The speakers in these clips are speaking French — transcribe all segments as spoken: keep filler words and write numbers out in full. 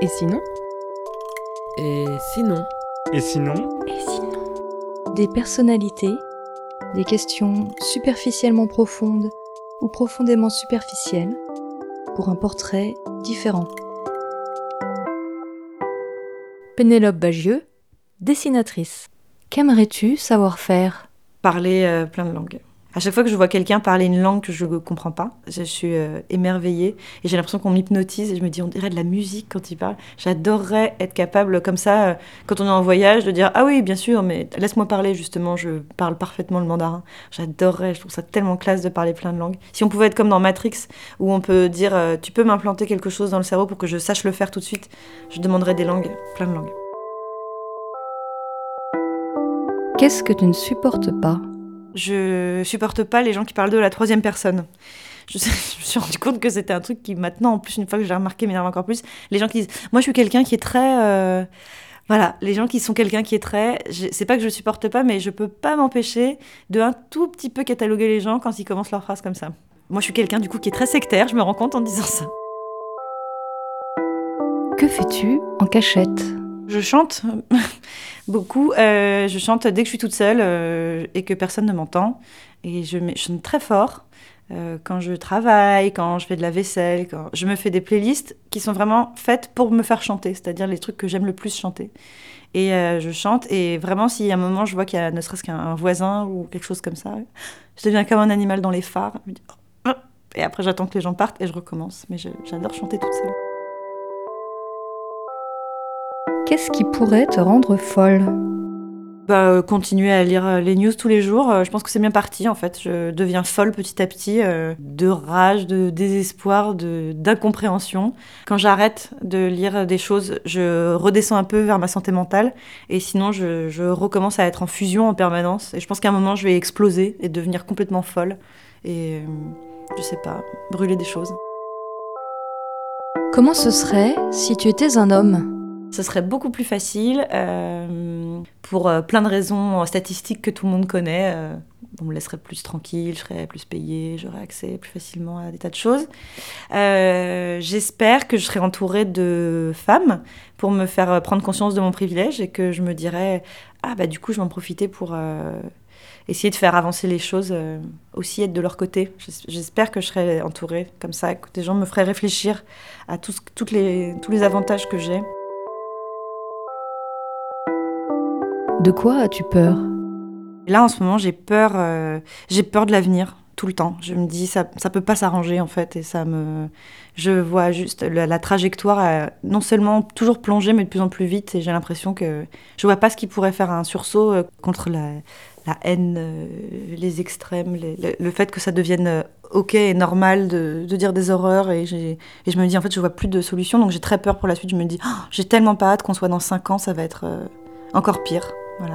Et sinon Et sinon Et sinon Et sinon Des personnalités, des questions superficiellement profondes ou profondément superficielles, pour un portrait différent. Pénélope Bagieux, dessinatrice. Qu'aimerais-tu savoir faire ? Parler euh, plein de langues. À chaque fois que je vois quelqu'un parler une langue que je ne comprends pas, je suis euh, émerveillée et j'ai l'impression qu'on m'hypnotise et je me dis on dirait de la musique quand il parle. J'adorerais être capable comme ça, euh, quand on est en voyage, de dire ah oui bien sûr mais laisse-moi parler justement, je parle parfaitement le mandarin. J'adorerais, je trouve ça tellement classe de parler plein de langues. Si on pouvait être comme dans Matrix où on peut dire euh, tu peux m'implanter quelque chose dans le cerveau pour que je sache le faire tout de suite, je demanderais des langues, plein de langues. Qu'est-ce que tu ne supportes pas ? Je supporte pas les gens qui parlent de la troisième personne. Je, sais, je me suis rendu compte que c'était un truc qui maintenant, en plus, une fois que j'ai remarqué, m'énerve encore plus. Les gens qui disent, moi je suis quelqu'un qui est très... Euh... Voilà, les gens qui sont quelqu'un qui est très... Je, c'est pas que je supporte pas, mais je peux pas m'empêcher de un tout petit peu cataloguer les gens quand ils commencent leurs phrases comme ça. Moi je suis quelqu'un du coup qui est très sectaire, je me rends compte en disant ça. Que fais-tu en cachette ? Je chante beaucoup. Euh, je chante dès que je suis toute seule euh, et que personne ne m'entend. Et je, je chante très fort euh, quand je travaille, quand je fais de la vaisselle. Quand... Je me fais des playlists qui sont vraiment faites pour me faire chanter, c'est-à-dire les trucs que j'aime le plus chanter. Et euh, je chante. Et vraiment, si à un moment je vois qu'il y a ne serait-ce qu'un voisin ou quelque chose comme ça, je deviens comme un animal dans les phares. Je me dis, oh, oh. Et après, j'attends que les gens partent et je recommence. Mais je, j'adore chanter toute seule. Qu'est-ce qui pourrait te rendre folle ? Bah, euh, continuer à lire les news tous les jours, euh, je pense que c'est bien parti en fait. Je deviens folle petit à petit, euh, de rage, de désespoir, de, d'incompréhension. Quand j'arrête de lire des choses, je redescends un peu vers ma santé mentale et sinon je, je recommence à être en fusion en permanence. Et je pense qu'à un moment je vais exploser et devenir complètement folle et euh, je sais pas, brûler des choses. Comment ce serait si tu étais un homme ? Ce serait beaucoup plus facile euh, pour euh, plein de raisons statistiques que tout le monde connaît. Euh, on me laisserait plus tranquille, je serais plus payée, j'aurais accès plus facilement à des tas de choses. Euh, j'espère que je serai entourée de femmes pour me faire prendre conscience de mon privilège et que je me dirais « Ah, bah du coup, je vais en profiter pour euh, essayer de faire avancer les choses, euh, aussi être de leur côté. » J'espère que je serai entourée comme ça, que des gens me feraient réfléchir à tous, toutes les, tous les avantages que j'ai. De quoi as-tu peur ? Là, en ce moment, j'ai peur, euh, j'ai peur de l'avenir, tout le temps. Je me dis, ça ça peut pas s'arranger, en fait, et ça me... Je vois juste la, la trajectoire, euh, non seulement toujours plonger, mais de plus en plus vite, et j'ai l'impression que je vois pas ce qui pourrait faire un sursaut euh, contre la, la haine, euh, les extrêmes, les, le, le fait que ça devienne euh, ok et normal de, de dire des horreurs, et, j'ai, et je me dis, en fait, je vois plus de solution, donc j'ai très peur pour la suite. Je me dis, oh, j'ai tellement pas hâte qu'on soit dans cinq ans, ça va être euh, encore pire. Voilà.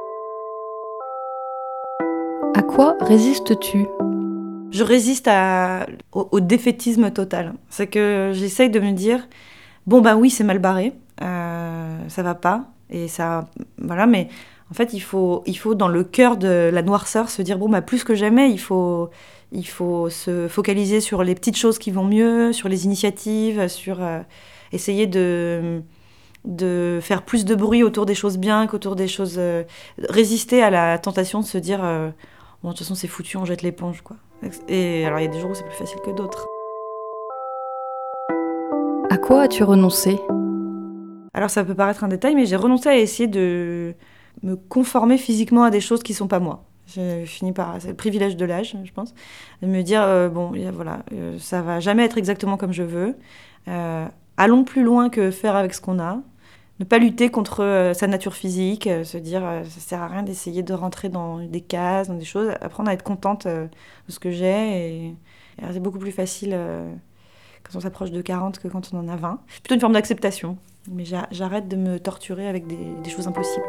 À quoi résistes-tu ? Je résiste à, au, au défaitisme total. C'est que j'essaye de me dire, bon bah oui, c'est mal barré, euh, ça va pas, et ça, voilà, mais en fait, il faut, il faut dans le cœur de la noirceur se dire, bon bah plus que jamais, il faut, il faut se focaliser sur les petites choses qui vont mieux, sur les initiatives, sur euh, essayer de... de faire plus de bruit autour des choses bien qu'autour des choses... Euh, résister à la tentation de se dire euh, bon, de toute façon, c'est foutu, on jette l'éponge, quoi. Et alors, il y a des jours où c'est plus facile que d'autres. À quoi as-tu renoncé ? Alors, ça peut paraître un détail, mais j'ai renoncé à essayer de me conformer physiquement à des choses qui sont pas moi. J'ai fini par... C'est le privilège de l'âge, je pense. De me dire, euh, bon, voilà, euh, ça va jamais être exactement comme je veux. Euh, allons plus loin que faire avec ce qu'on a. Ne pas lutter contre euh, sa nature physique, euh, se dire euh, ça sert à rien d'essayer de rentrer dans des cases, dans des choses, apprendre à être contente euh, de ce que j'ai. Et, et c'est beaucoup plus facile euh, quand on s'approche de quarante que quand on en a vingt. C'est plutôt une forme d'acceptation, mais j'a- j'arrête de me torturer avec des, des choses impossibles.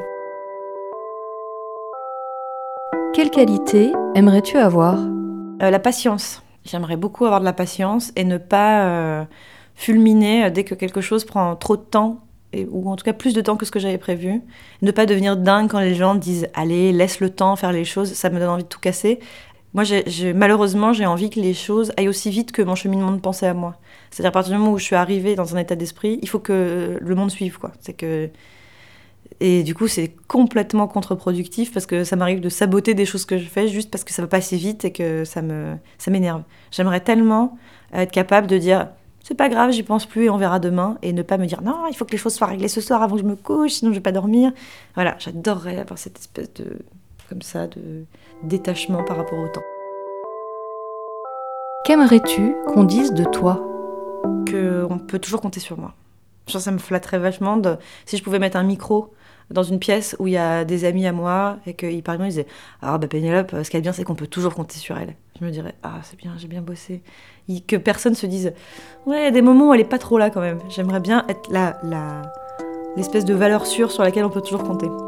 Quelle qualité aimerais-tu avoir ? Euh, la patience. J'aimerais beaucoup avoir de la patience et ne pas euh, fulminer dès que quelque chose prend trop de temps. Et, ou en tout cas plus de temps que ce que j'avais prévu. Ne pas devenir dingue quand les gens disent « Allez, laisse le temps faire les choses », ça me donne envie de tout casser. Moi, j'ai, j'ai, malheureusement, j'ai envie que les choses aillent aussi vite que mon cheminement de pensée à moi. C'est-à-dire, à partir du moment où je suis arrivée dans un état d'esprit, il faut que le monde suive, quoi. C'est que... Et du coup, c'est complètement contre-productif parce que ça m'arrive de saboter des choses que je fais juste parce que ça va pas assez vite et que ça me, ça m'énerve. J'aimerais tellement être capable de dire c'est pas grave, j'y pense plus et on verra demain, et ne pas me dire non, il faut que les choses soient réglées ce soir avant que je me couche, sinon je vais pas dormir. Voilà, j'adorerais avoir cette espèce de, comme ça, de détachement par rapport au temps. Qu'aimerais-tu qu'on dise de toi ? Qu'on peut toujours compter sur moi. Genre, ça me flatterait vachement de, si je pouvais mettre un micro dans une pièce où il y a des amis à moi et qu'ils, par exemple, ils disaient ah bah Pénélope, ce qu'il y a de bien, c'est qu'on peut toujours compter sur elle. Je me dirais ah c'est bien, j'ai bien bossé. Et que personne se dise ouais, il y a des moments où elle est pas trop là quand même. J'aimerais bien être la, la, l'espèce de valeur sûre sur laquelle on peut toujours compter.